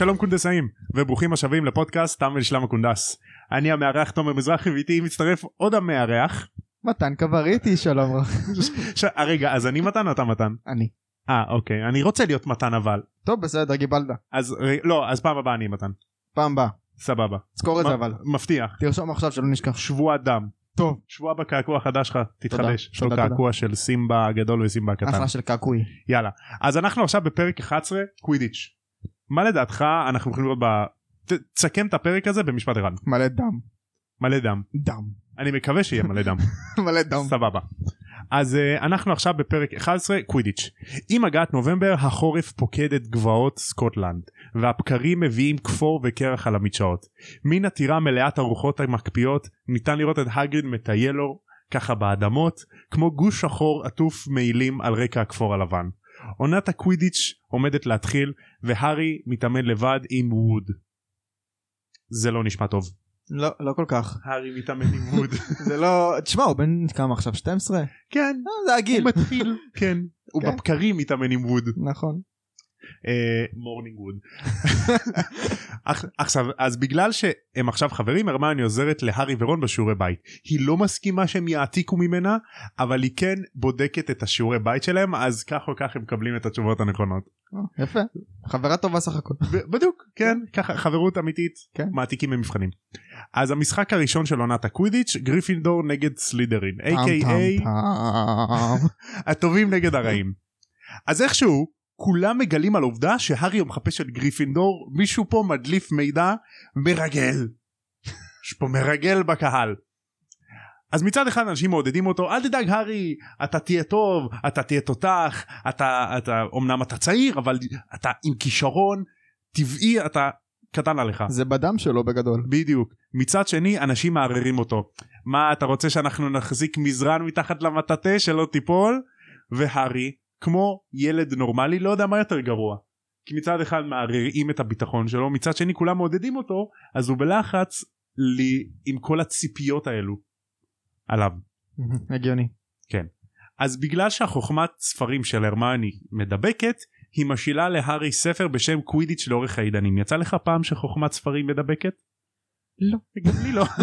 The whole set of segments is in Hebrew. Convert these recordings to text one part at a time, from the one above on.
שלום קונדסאים, וברוכים השבים לפודקאסט תם ולשלם הקונדס. אני המארח תומר מזרחי, ואיתי מצטרף עוד המארח מתן קבריטי, שלום. רגע, אז אני מתן או אתה מתן? אני. אוקיי, אני רוצה להיות מתן אבל. טוב, בסדר, גיבלת. אז פעם הבאה אני מתן. פעם באה. סבבה. זכור את זה אבל. מבטיח. תרשום עכשיו שלא נשכח. שבוע דם. טוב. שבוע בקעקוע החדש שלך, תתחדש. יש לו תודה. קעקוע של סימבה הגדול וסימבה הקטן. אחלה של קעקוי. יאללה. אז אנחנו עכשיו בפרק 11, קווידיץ'. מה לדעתך אנחנו יכולים לראות תסכם את הפרק הזה במשפט אחד. מלא דם. מלא דם. דם. אני מקווה שיהיה מלא דם. מלא דם. סבבה. אז אנחנו עכשיו בפרק 11, קווידיץ'. עם הגעת נובמבר החורף פוקד את גבעות סקוטלנד, והבקרים מביאים כפור וקרח על המדשאות. מן הטירה מלאת הרוחות המקפיאות ניתן לראות את הגריד מטייל לו ככה באדמות, כמו גוש שחור עטוף מעילים על רקע הכפור הלבן. עונת הקווידיץ' עומדת להתחיל, והארי מתאמן לבד עם ווד. זה לא נשמע טוב. לא כל כך. הארי מתאמן עם ווד. זה לא, תשמע, הוא בן כמה עכשיו? 12? כן. זה הגיל. הוא מתחיל. כן. הוא בבקרים מתאמן עם ווד. נכון. מורנינג ווד. עכשיו, אז בגלל שהם עכשיו חברים, הרמיוני עוזרת להארי ורון בשיעורי בית. היא לא מסכימה שהם יעתיקו ממנה, אבל היא כן בודקת את השיעורי בית שלהם, אז כך או כך הם מקבלים את התשובות הנכונות. יפה. חברה טובה סך הכל. בדיוק, כן. ככה, חברות אמיתית, כן. מעתיקים במבחנים. אז המשחק הראשון של עונת הקווידיץ', גריפינדור נגד סלידרין, a.k.a. הטובים נגד הרעים. אז איכשהו, כולם מגלים על עובדה שהארי מחפש את גריפינדור, מישהו פה מדליף מידע מרגל. יש פה מרגל בקהל. אז מצד אחד אנשים מעודדים אותו, אל תדאג הארי, אתה תהיה טוב, אתה תהיה תותח, אמנם אתה צעיר, אבל אתה עם כישרון טבעי, אתה קטן עליך. זה בדם שלו בגדול. בדיוק. מצד שני אנשים מערערים אותו. מה, אתה רוצה שאנחנו נחזיק מזרן מתחת למטאטה שלא תיפול? והארי, כמו ילד נורמלי, לא יודע מה יותר גרוע. כי מצד אחד מערערים את הביטחון שלו, מצד שני כולם מעודדים אותו, אז הוא בלחץ עם כל הציפיות האלו עליו. הגיוני. כן. אז בגלל שהחוכמת ספרים של הרמיוני מדבקת, היא משאילה להארי ספר בשם קווידיץ' לאורך העידנים. יצא לך פעם שחוכמת ספרים מדבקת? לא. גם לי לא.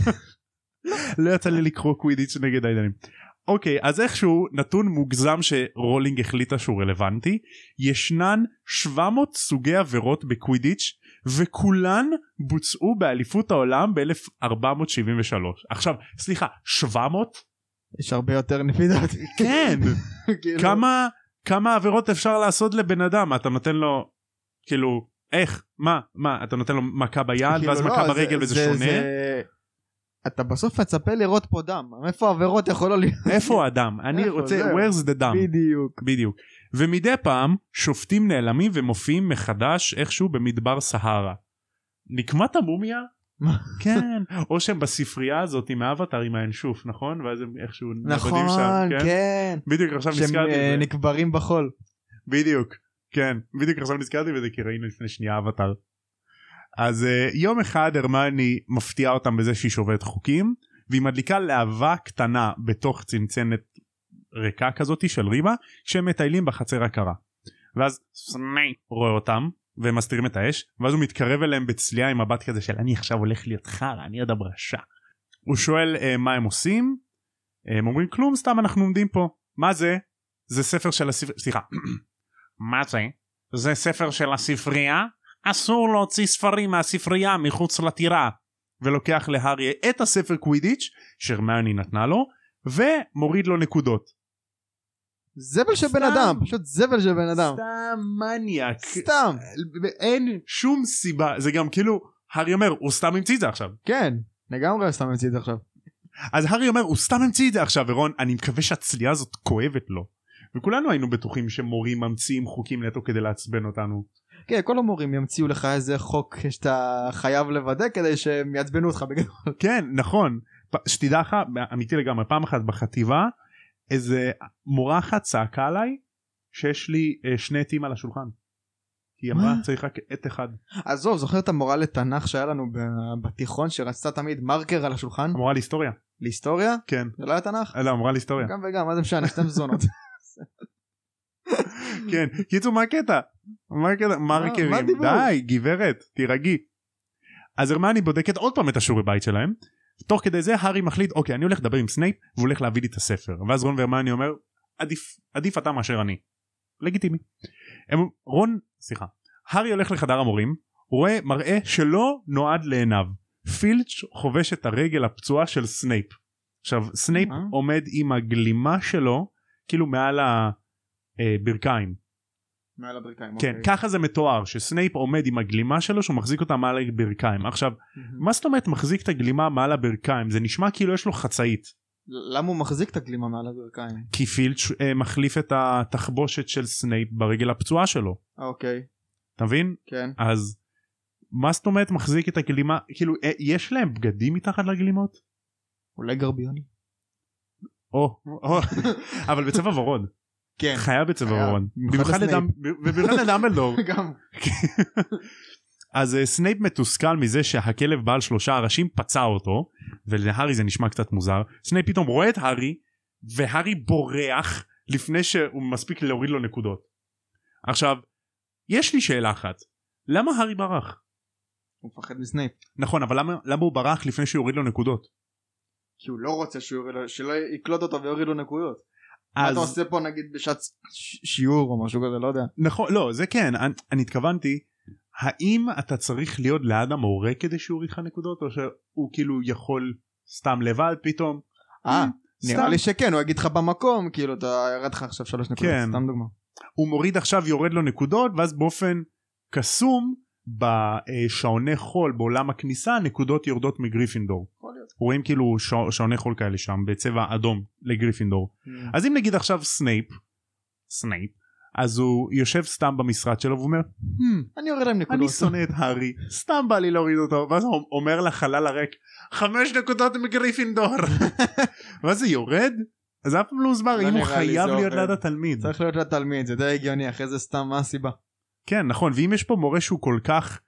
לא יצא לי לקרוא קווידיץ' נגד העידנים. אוקיי, אז איכשהו נתון מוגזם שרולינג החליטה שהוא רלוונטי, ישנן 700 סוגי עבירות בקווידיץ' וכולן בוצעו באליפות העולם ב-1473. עכשיו, סליחה, 700? יש הרבה יותר נפידות. כן. כמה עבירות אפשר לעשות לבן אדם? אתה נותן לו, כאילו, איך? מה? אתה נותן לו מכה ביד ואז מכה ברגל וזה שונה? אתה בסוף מצפה לראות פה דם. איפה העבירות יכולו להיות? איפה הדם? אני רוצה, where's the דם? בדיוק. ומדי פעם שופטים נעלמים ומופיעים מחדש איכשהו במדבר סהרה. נקמת המומיה? כן. או שהם בספרייה הזאת עם האבטר עם האנשוף, נכון? ואז הם איכשהו נבדים שם. נכון, כן. בדיוק עכשיו נזכרתי. שהם נקברים בחול. בדיוק. כן. בדיוק עכשיו נזכרתי בזה כי ראינו לפני שנייה אבטר. אז יום אחד הרמיוני מפתיעה אותם בזה שהיא שוברת חוקים, והיא מדליקה להבה קטנה בתוך צנצנת ריקה כזאת של ריבה, כשהם מטיילים בחצר הקרה. ואז סנייפ רואה אותם, והם מסתירים את האש, ואז הוא מתקרב אליהם בצליעה עם מבט כזה של אני עכשיו הולך להיות חרא, אני עוד הברשה. הוא שואל מה הם עושים, הם אומרים כלום, סתם אנחנו עומדים פה. מה זה? זה ספר של סליחה. מה זה? זה ספר של הספרייה? אסור להוציא ספרים מהספרייה מחוץ לטירה. ולוקח להארי את הספר קווידיץ' שהרמיוני נתנה לו ומוריד לו נקודות. זבל של בן אדם, פשוט זבל של בן אדם. סתם מניאק. סתם. אין שום סיבה. זה גם כאילו הארי אומר הוא סתם המציא את זה עכשיו. כן, לגמרי הוא סתם המציא את זה עכשיו. אז הארי אומר הוא סתם המציא את זה עכשיו, ורון אני מקווה שהצליעה הזאת כואבת לו. וכולנו היינו בטוחים שמורים ממציאים חוקים נטו כדי לעצבן אותנו. כן, כל המורים ימציאו לך איזה חוק שאתה חייב לוודא כדי שהם יעצבנו אותך בגדול. כן, נכון. שתדע לך, אמיתי לגמרי, פעם אחת בחטיבה, איזה מורה אחת צעקה עליי, שיש לי 2 עטים על השולחן. היא אמרה, צריך רק עט אחד. עזוב, זוכר את המורה לתנ"ך שהיה לנו בתיכון, שרצתה תמיד מרקר על השולחן? המורה להיסטוריה. להיסטוריה? כן. זה לא היה תנ"ך? לא, המורה להיסטוריה. גם וגם, מה זה משנה, 2 זונות. כן, קיצור מה הקטע? מה מכירים? די גברת תירגעי. אז הרמיוני בודקת עוד פעם את השיעורי בית שלהם. תוך כדי זה הארי מחליט אוקיי אני הולך לדבר עם סנייפ והוא הולך להביא לי את הספר ואז רון והרמיוני אומר עדיף אתה מאשר אני. לגיטימי. הארי הולך לחדר המורים הוא רואה מראה שלא נועד לעיניו. פילץ' חובש את הרגל הפצועה של סנייפ. עכשיו סנייפ עומד עם הגלימה שלו כאילו מעל הברכיים. מעל הברכיים. כן, ככה זה מתואר שסנייפ עומד עם הגלימה שלו שהוא מחזיק אותה מעל הברכיים. עכשיו מה זאת אומרת מחזיק את הגלימה מעל הברכיים? זה נשמע כאילו יש לו חצאית. למה הוא מחזיק את הגלימה מעל הברכיים? כי פילץ' מחליף את התחבושת של סנייפ ברגל הפצועה שלו. אוקיי. אתה מבין? כן. אז מה זאת אומרת מחזיק את הגלימה? כאילו יש להם בגדים מתחת לגלימות? אולי גרביוני. אבל בצבע ורוד. כן. חיה בצבע ורוד. במיוחד לדמבלדור. גם. אז סנייפ מתוסכל מזה שהכלב בעל 3 ראשים פצע אותו, ולהארי זה נשמע קצת מוזר. סנייפ פתאום רואה את הארי, והארי בורח לפני שהוא מספיק להוריד לו נקודות. עכשיו, יש לי שאלה אחת. למה הארי ברח? הוא מפחד מסנייפ. נכון, אבל למה הוא ברח לפני שהוא יוריד לו נקודות? כי הוא לא רוצה שלא יקלוט אותו ויוריד לו נקודות. מה אתה עושה פה נגיד בשעת שיעור או משהו כזה, לא יודע. נכון, לא, זה כן, אני התכוונתי, האם אתה צריך להיות ליד המורה כדי שהוא יוריד לך נקודות, או שהוא כאילו יכול סתם לבד פתאום? נראה לי שכן, הוא יגיד לך במקום, כאילו אתה ירד לך עכשיו 3 נקודות, סתם דוגמה. הוא מוריד עכשיו, יורד לו נקודות, ואז באופן קסום, בשעוני חול בעולם הכניסה, נקודות יורדות מגריפינדור. רואים כאילו שעוני חול כאלה שם, בצבע אדום לגריפינדור. אז אם נגיד עכשיו סנייפ, אז הוא יושב סתם במשרד שלו ואומר אני יורד להם נקודות, אני שונא את הארי, סתם בא לי להוריד אותו, ואז הוא אומר לחלל הריק 5 נקודות מגריפינדור. ואז זה יורד? אז אף פעם לא הוסבר אם הוא חייב להיות ליד התלמיד. צריך להיות ליד תלמיד, זה די הגיוני, אחרי זה סתם מה הסיבה? כן נכון, ואם יש פה מורה שהוא כל כך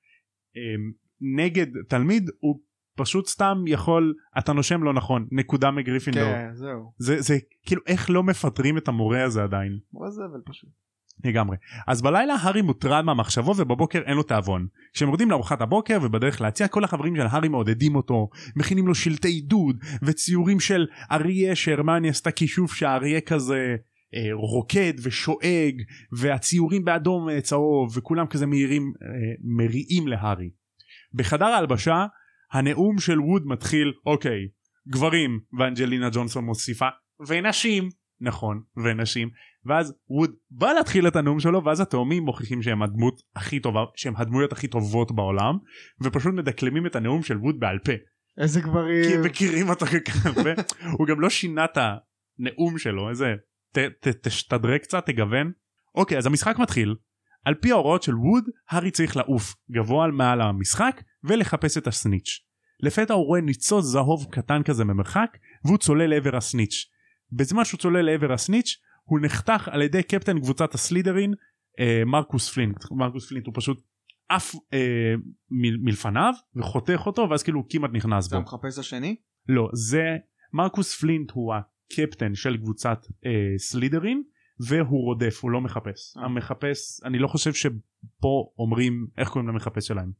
נגד תלמיד, הוא פשוט סתם יכול, אתה נושם לא נכון, נקודה מגריפינדור. כן, זהו. זה כאילו איך לא מפטרים את המורה הזה עדיין. מורה זבל פשוט. לגמרי. אז בלילה הארי מוטרד מהמחשבו ובבוקר אין לו תאבון. כשהם יורדים לארוחת הבוקר ובדרך להציע, כל החברים של הארי מעודדים אותו, מכינים לו שלטי עידוד וציורים של אריה שהרמיוני עשתה כישוף שהאריה כזה רוקד ושואג, והציורים באדום צהוב וכולם כזה מריעים להארי. בחדר ההלבשה הנאום של ווד מתחיל, אוקיי, גברים, ואנג'לינה ג'ונסון מוסיפה, ונשים, נכון, ונשים, ואז ווד בא להתחיל את הנאום שלו, ואז התאומים מוכיחים שהם הדמות הכי טובה, שהם הדמויות הכי טובות בעולם, ופשוט מדקלמים את הנאום של ווד בעל פה. איזה גברים. כי הם מכירים אותו ככאן, הוא גם לא שינה את הנאום שלו, איזה, תשתדרג קצת, תגוון. אוקיי, אז המשחק מתחיל, על פי ההוראות של ווד, הארי צריך לעוף גבוה מעל המשחק, ולחפש את הסניץ'. לפתע הוא רואה ניצוץ זהוב קטן כזה ממרחק, והוא צולל לעבר הסניץ'. בזמן שהוא צולל לעבר הסניץ', הוא נחתך על ידי קפטן קבוצת הסלידרין, מרקוס פלינט. מרקוס פלינט הוא פשוט עף מלפניו, וחותך אותו, ואז כאילו הוא כמעט נכנס בו. אתה מחפש השני? לא, זה, מרקוס פלינט הוא הקפטן של קבוצת סלידרין, והוא רודף, הוא לא מחפש. המחפש, אני לא חושב שפה אומרים איך קוראים למחפש שלהם.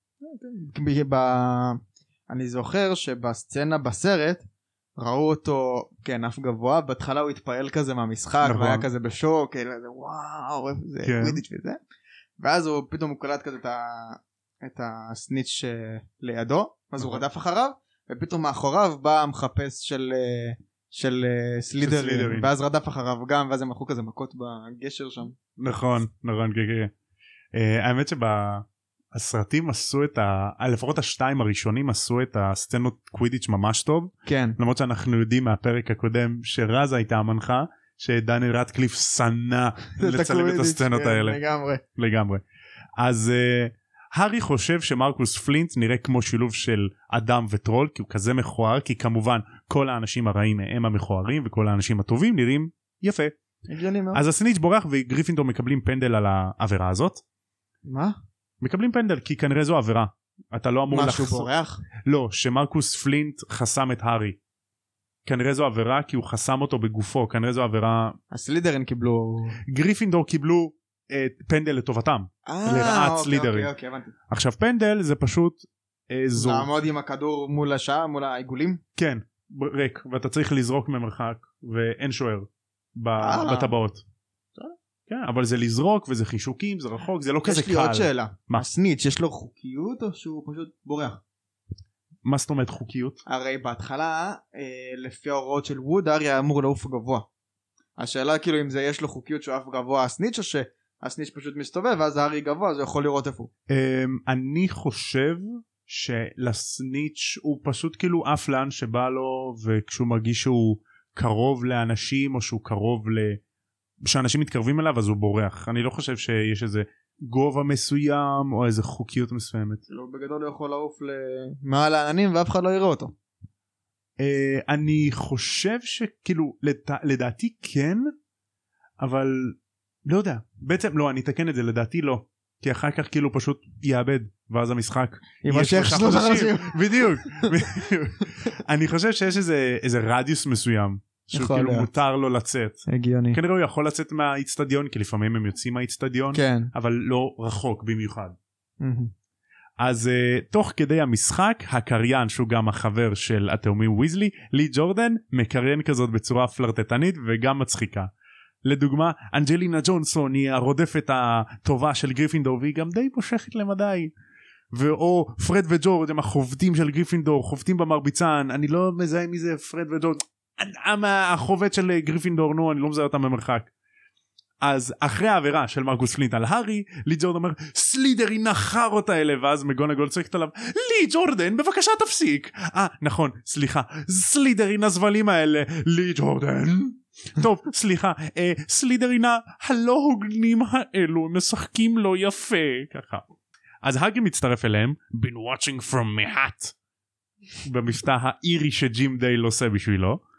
אני זוכר שבסצנה בסרט ראו אותו כן אף גבוה, בהתחלה הוא התפעל כזה מהמשחק והיה כזה בשוק, וואו זה קווידיץ' וזה, ואז הוא פתאום הוא קלט כזה את הסניץ' לידו, אז הוא רדף אחריו, ופתאום מאחוריו בא המחפש של סלידרין, ואז רדף אחריו גם, ואז הם הלכו כזה מכות בגשר שם. נכון, האמת הסרטים עשו לפחות השתיים הראשונים עשו את הסצנות קווידיץ' ממש טוב. כן. למרות שאנחנו יודעים מהפרק הקודם שרז הייתה המנחה, שדניאל רדקליף שנא לצלם את הסצנות האלה. לגמרי. אז הארי חושב שמרקוס פלינט נראה כמו שילוב של אדם וטרול, כי הוא כזה מכוער, כי כמובן כל האנשים הרעים הם המכוערים, וכל האנשים הטובים נראים יפה. הגיוני מאוד. אז הסניץ' בורח וגריפינדור מקבלים פנדל על העבירה הזאת. מה? מקבלים פנדל כי כנראה זו עבירה. אתה לא אמור משהו בורח? לא, שמרקוס פלינט חסם את הארי. כנראה זו עבירה כי הוא חסם אותו בגופו, כנראה זו עבירה. הסלידרין קיבלו, גריפינדור קיבלו פנדל לטובתם, לרעת סלידרין. עכשיו פנדל זה פשוט זור. לעמוד עם הכדור מול השעה, מול העיגולים? כן, ריק, ואתה צריך לזרוק ממרחק, ואין שוער בטבעות. כן, אבל זה לזרוק וזה חישוקים, זה רחוק, זה לא כזה קל. יש לי עוד שאלה. הסניץ' יש לו חוקיות או שהוא פשוט בורח? מה זאת אומרת חוקיות? הרי בהתחלה, לפי ההוראות של ווד, הארי אמור לעוף גבוה. השאלה כאילו אם זה יש לו חוקיות שהוא עף גבוה הסניץ' או שהסניץ' פשוט מסתובב ואז הארי גבוה, אז הוא יכול לראות איפה הוא. אני חושב שלסניץ' הוא פשוט כאילו עף לאן שבא לו, וכשהוא מרגיש שהוא קרוב לאנשים או שהוא קרוב שאנשים מתקרבים אליו אז הוא בורח. אני לא חושב שיש איזה גובה מסוים או איזה חוקיות מסוימת. בגדול הוא יכול לעוף מעל העננים ואף אחד לא יראה אותו. אני חושב שכאילו לדעתי כן, אבל לא יודע, בעצם לא, אני אתקן את זה, לדעתי לא, כי אחר כך כאילו פשוט יאבד ואז המשחק יימשך 3 חודשים. בדיוק. אני חושב שיש איזה רדיוס מסוים שהוא כאילו מותר לו לצאת. הגיוני. כנראה הוא יכול לצאת מהאיצטדיון, כי לפעמים הם יוצאים מהאיצטדיון, כן. אבל לא רחוק במיוחד. אז תוך כדי המשחק, הקריין שהוא גם החבר של התאומים ויזלי, לי ג'ורדן, מקריין כזאת בצורה פלרטטנית וגם מצחיקה. לדוגמה, אנג'לינה ג'ונסון היא הרודפת הטובה של גריפינדור, והיא גם די מושכת למדי. או פרד וג'ורג' הם החובטים של גריפינדור, חובטים במרביצן, אני לא מזהה מי זה פרד וג'ורג', החובט של גריפינדור, נו, אני לא מזהה אותם במרחק. אז אחרי העבירה של מרגוס פלינט על הארי, לי ג'ורדן אומר, סלידרין נחרות האלה, ואז מגונגול צועקת עליו, לי ג'ורדן, בבקשה תפסיק. נכון, סליחה, סלידרין הזבלים האלה, לי ג'ורדן. טוב, סליחה, סלידרין הלא הוגנים האלו, משחקים לא יפה, ככה. אז האגרי מצטרף אליהם, been watching from my hat, במבטא האירי שג'ים דייל עושה בשבילו,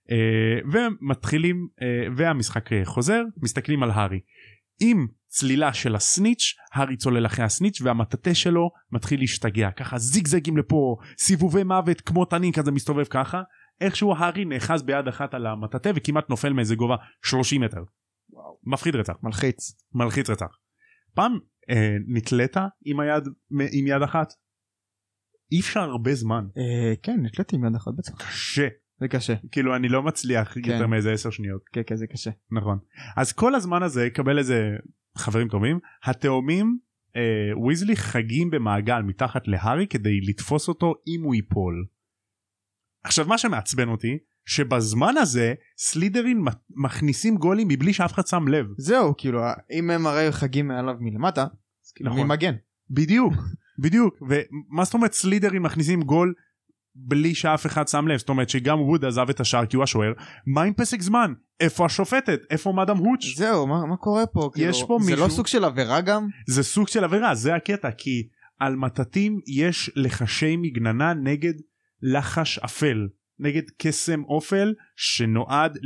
ומתחילים, והמשחק חוזר, מסתכלים על הארי. עם צלילה של הסניץ', הארי צולל אחרי הסניץ' והמטאטה שלו מתחיל להשתגע, ככה זיגזגים לפה, סיבובי מוות כמו תנין כזה מסתובב ככה, איכשהו הארי נאחז ביד אחת על המטאטה וכמעט נופל מאיזה גובה 30 מטר. וואו. מפחיד רצח. מלחיץ רצח. פעם נתלת עם יד אחת? אי אפשר הרבה זמן. כן, נתלתי עם יד אחת בצח. קשה. זה קשה. כאילו אני לא מצליח יותר מאיזה 10 שניות. כן, זה קשה. נכון. אז כל הזמן הזה יקבל איזה חברים טובים, התאומים ויזלי חגים במעגל מתחת להארי כדי לתפוס אותו אם הוא ייפול. עכשיו מה שמעצבן אותי, שבזמן הזה סלידרין מכניסים גולים מבלי שאף אחד שם לב. זהו, כאילו אם הם הרי חגים מעליו מלמטה, אז כאילו מי מגן? בדיוק. ומה זאת אומרת סלידרין מכניסים גול בלי שאף אחד שם לב? זאת אומרת שגם ווד עזב את השער כי הוא השוער. מה עם פסק זמן? איפה השופטת? איפה מאדם הוץ'? זהו, מה קורה פה? יש פה זה מישהו... לא סוג של עבירה גם? זה סוג של עבירה, זה הקטע, כי על מטאטים יש לחשי מגננה נגד לחש אפל, נגד קסם אופל שנועד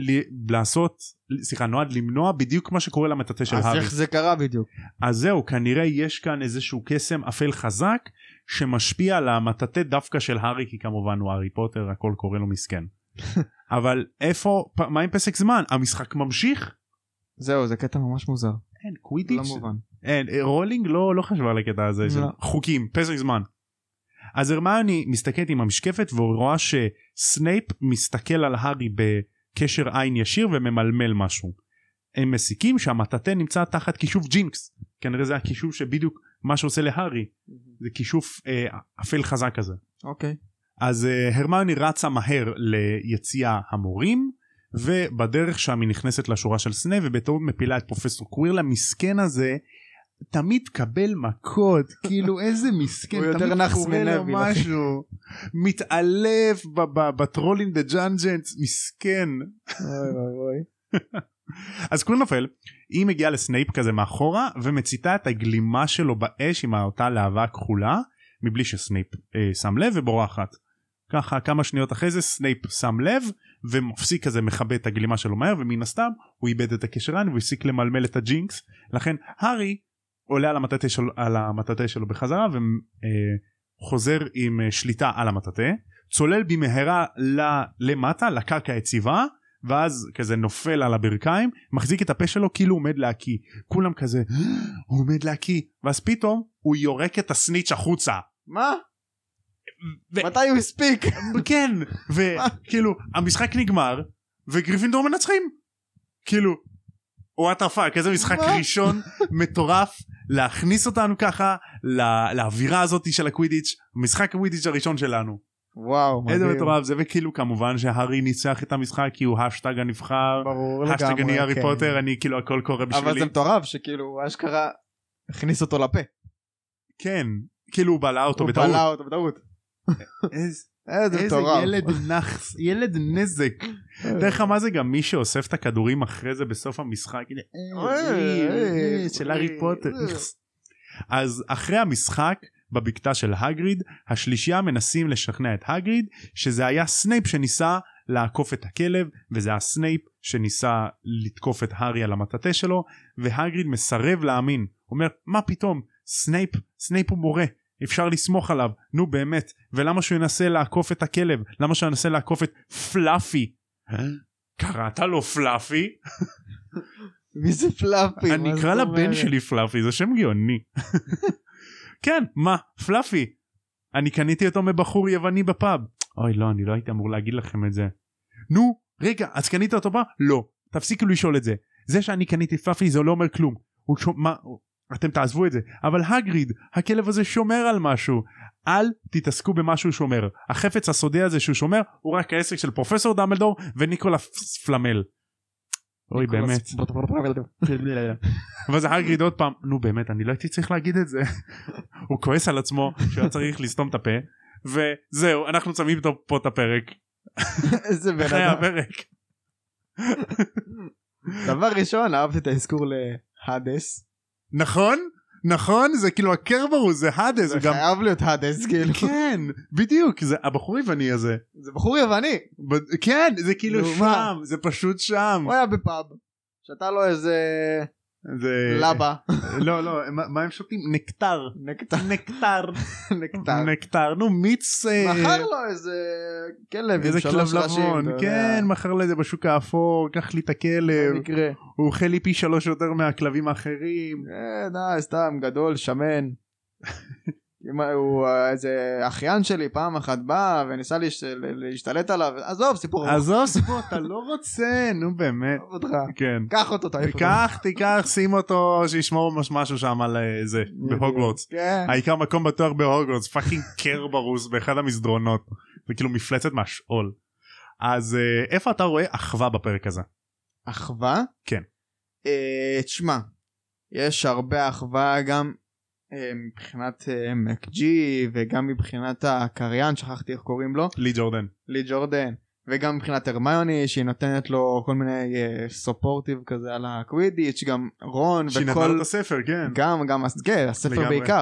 נועד למנוע בדיוק מה שקורה למטאטה של הארי. אז איך זה קרה בדיוק? אז זהו, כנראה יש כאן איזשהו קסם אפל חזק שמשפיע על המטאטה דווקא של הארי, כי כמובן הוא הארי פוטר, הכל קורא לו מסכן. אבל מה עם פסק זמן? המשחק ממשיך? זהו, זה קטע ממש מוזר. אין, קווידיץ'. לא מובן. אין, רולינג לא חשבה על הקטע הזה של חוקים, פסק זמן. אז הרמיוני מסתכלת עם המשקפת והוא רואה שסנייפ מסתכל על הארי בקשר עין ישיר וממלמל משהו. הם מסיקים שהמטאטה נמצא תחת כישוף ג'ינקס, כנראה זה הכישוף שבדיוק מה שעושה להארי, זה כישוף אפל חזק כזה. אוקיי. אז הרמיוני רצה מהר ליציע המורים, ובדרך שם היא נכנסת לשורה של סנייפ ובטעות מפילה את פרופסור קווירל. המסכן הזה תמיד קבל מכות, כאילו איזה מסכן, הוא יותר נחס מנביל, משהו, מתעלף בטרולינג דה ג'אנג'נס, מסכן. אז קווירל נופל, היא מגיעה לסנייפ כזה מאחורה ומציתה את הגלימה שלו באש עם אותה להבה כחולה, מבלי שסנייפ שם לב ובורחת. ככה כמה שניות אחרי זה סנייפ שם לב ומפסיק כזה מכבה את הגלימה שלו מהר, ומן הסתם הוא איבד את הקשר עין והפסיק למלמל את הג'ינקס. לכן הארי עולה על המטאטה שלו בחזרה וחוזר עם שליטה על המטאטה, צולל במהרה למטה לקרקע היציבה ואז כזה נופל על הברכיים, מחזיק את הפה שלו כאילו הוא עומד להקיא, כולם כזה, הוא עומד להקיא, ואז פתאום הוא יורק את הסניץ' החוצה. מה? מתי הוא הספיק? כן, וכאילו המשחק נגמר, וגריפינדור מנצחים. כאילו, what the fuck, איזה משחק ראשון מטורף, להכניס אותנו ככה, לאווירה הזאת של הקווידיץ', משחק הקווידיץ' הראשון שלנו. וואו, איזה מטורף זה, וכאילו כמובן שהארי ניצח את המשחק כי הוא השטג הנבחר, השטג אני הארי פוטר, אני כאילו הכל קורה בשבילי. אבל זה מטורף שכאילו אשכרה הכניס אותו לפה. כן, כאילו הוא בלע אותו בטעות. הוא בלע אותו בטעות. איזה מטורף. ילד נזק. דרך מה זה גם מי שאוסף את הכדורים אחרי זה בסוף המשחק, של הארי פוטר. אז אחרי המשחק בבקתה של הגריד, השלישייה מנסים לשכנע את הגריד שזה היה סנייפ שניסה לעקוף את הכלב, וזה היה סנייפ שניסה לתקוף את הארי על המטאטה שלו, והגריד מסרב להאמין, אומר מה פתאום, סנייפ הוא מורה, אפשר לסמוך עליו, נו באמת, ולמה שהוא ינסה לעקוף את הכלב, למה שהוא ינסה לעקוף את פלאפי? קראת לו פלאפי? מי זה פלאפי? אני אקרא לבן שלי פלאפי, זה שם גאוני. כן, מה? פלאפי. אני קניתי אותו מבחור יווני בפאב. אוי לא, אני לא הייתי אמור להגיד לכם את זה. נו, רגע, אז קנית אותו בה? לא. תפסיקו לשאול את זה. זה שאני קניתי פלאפי זה לא אומר כלום. אתם תעזבו את זה. אבל הגריד, הכלב הזה שומר על משהו. אל תתעסקו במשהו שומר. החפץ הסודי הזה שהוא שומר הוא רק העסק של פרופסור דמבלדור וניקולס פלמל. אוי באמת. ואז הגריד עוד פעם, נו באמת אני לא הייתי צריך להגיד את זה. הוא כועס על עצמו שהיה צריך לסתום את הפה, וזהו אנחנו שמים פה את הפרק. איזה בן אחרי אדם. הפרק. דבר ראשון אהבתי את האזכור להדס. נכון זה כאילו הקרברוס זה הדס, זה חייב להיות הדס כאילו. כן בדיוק, זה הבחור יווני הזה, זה בחור יווני. כן זה כאילו שם, זה פשוט שם. הוא היה בפאב שאתה לו איזה לבה. לא מה הם שותים? נקטר נו מיץ, מחר לו איזה כלב, איזה כלב לבון, כן מחר לו את זה בשוק האפור, קח לי את הכלב, הוא אוכל לי פי 3 יותר מהכלבים האחרים. סתם גדול שמן. הוא איזה אחיין שלי פעם אחת בא וניסה להשתלט עליו. עזוב סיפור, אתה לא רוצה, נו באמת. כן, קח אותו, תיקח שים אותו שישמור משהו שם על זה בהוגוורטס, העיקר מקום בטוח בהוגוורטס, פאקינג קרברוס באחד המסדרונות, זה כאילו מפלצת מהשאול. אז איפה אתה רואה אחווה בפרק הזה? אחווה? כן. תשמע, יש הרבה אחווה גם מבחינת מקג'י וגם מבחינת הקריין, שכחתי איך קוראים לו, לי ג'ורדן, וגם מבחינת הרמיוני שהיא נותנת לו כל מיני סופורטיב כזה על הקווידיץ', גם רון שהיא נתנה לו את הספר, כן, גם הספר בעיקר,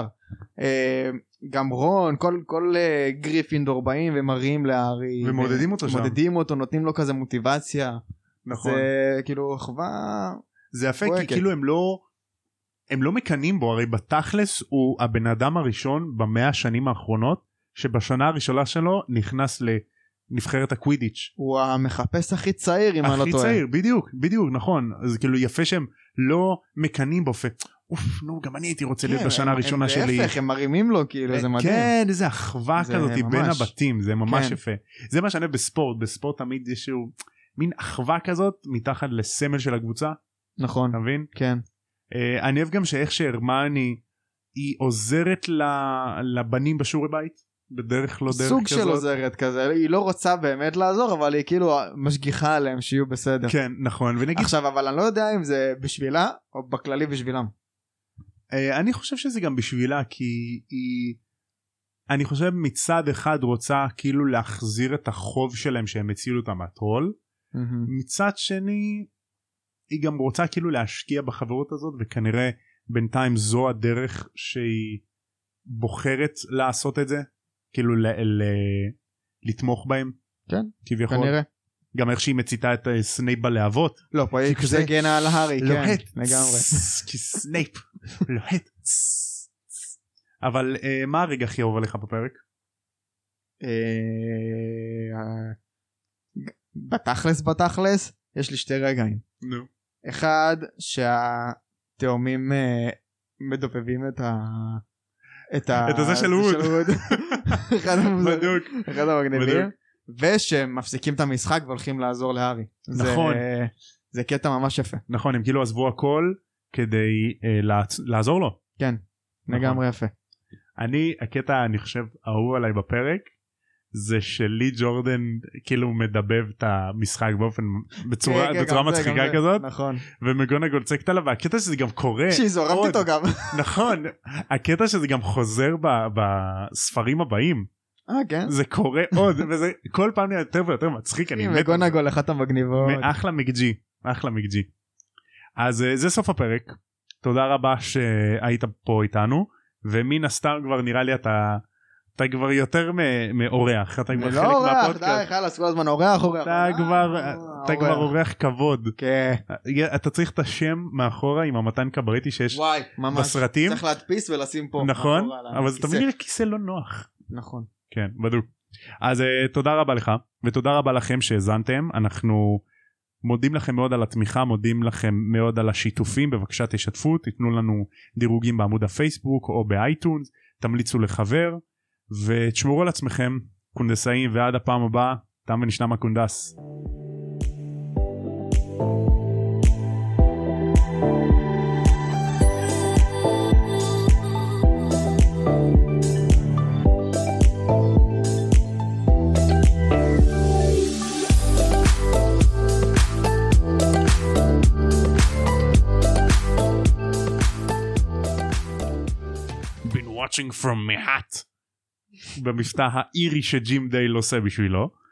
גם רון, כל גריפינדור באים ומראים להארי ומודדים אותו שם, מודדים אותו, נותנים לו כזה מוטיבציה. נכון, זה כאילו אחווה, זה יפה כי כאילו הם לא מקנים בו, הרי בתכלס הוא הבן אדם הראשון ב100 השנים האחרונות שבשנה הראשונה שלו נכנס לנבחרת הקווידיץ'. הוא המחפש הכי צעיר אם אני לא טועה. הכי צעיר, בדיוק, נכון. אז כאילו יפה שהם לא מקנים בו, נו גם אני הייתי רוצה להיות בשנה הראשונה שלי. להפך, הם מרימים לו כאילו, זה מדהים. כן, איזה אחווה כזאת בין הבתים, זה ממש יפה. זה מה שאני בספורט תמיד יש מין אחווה כזאת מתחת לסמל של הקבוצה. נכון. אתה מבין? כן. אני אוהב גם שאיך שהרמיוני היא עוזרת לבנים בשיעורי בית בדרך לא דרך כזאת. סוג של עוזרת כזה, היא לא רוצה באמת לעזור אבל היא כאילו משגיחה עליהם שיהיו בסדר. כן נכון, ונגיד עכשיו אבל אני לא יודע אם זה בשבילה או בכללי בשבילם. אני חושב שזה גם בשבילה כי אני חושב מצד אחד רוצה כאילו להחזיר את החוב שלהם שהם הצילו אותם מהטרול, מצד שני היא גם רוצה כאילו להשקיע בחברות הזאת, וכנראה בינתיים זו הדרך שהיא בוחרת לעשות את זה, כאילו לתמוך בהם. כן, כביכול. כנראה. גם איך שהיא מציתה את סנייפ בלהבות. לא, פה היא כזה גנה על הארי, כן, לוהט, לגמרי. כי סנייפ, לוהט. אבל מה הרגע הכי אהוב עליך בפרק? בתכלס, יש לי 2 רגעים. אחד, שהתאומים מדופבים את הזה של ווד. אחד המגניבים. ושמפסיקים את המשחק והולכים לעזור להארי. נכון. זה קטע ממש יפה. נכון, הם כאילו עזבו הכל כדי לעזור לו. כן, לגמרי יפה. הקטע אני חושב אהוב עליי בפרק, זה שלי ג'ורדן כאילו מדבב את המשחק בצורה מצחיקה כזאת, ומגונגול צועקת עליו, והקטע שזה גם קורה, שהיא זורמת איתו גם. נכון, הקטע שזה גם חוזר בספרים הבאים, כן? זה קורה עוד, וזה כל פעם נהיה יותר ויותר מצחיק. מגונגול אחת המגניבות. אחלה מג'י. אז זה סוף הפרק, תודה רבה שהיית פה איתנו, ומן הסתם כבר נראה לי אתה כבר יותר מאורח, אתה כבר חלק מהפודקאסט. לא אורח, די, חלס, כל הזמן אורח. אתה כבר אורח כבוד. אתה צריך את השם מאחורה עם המתן קברטי שיש בסרטים. צריך להדפיס ולשים פה. נכון, אבל זה תמיד נראה כיסא לא נוח. נכון. כן, בדיוק. אז תודה רבה לך, ותודה רבה לכם שהזנתם, אנחנו מודים לכם מאוד על התמיכה, מודים לכם מאוד על השיתופים, בבקשה תשתפו, תיתנו לנו דירוגים בעמוד הפייסבוק או באייטונס, תמליצו לחבר, ותשמרו על עצמכם, קונדסאים, ועד הפעם הבאה, תם ונשלם הקונדס. Watching from my hat במבטא האירי שג'ים דייל עושה בשבילו.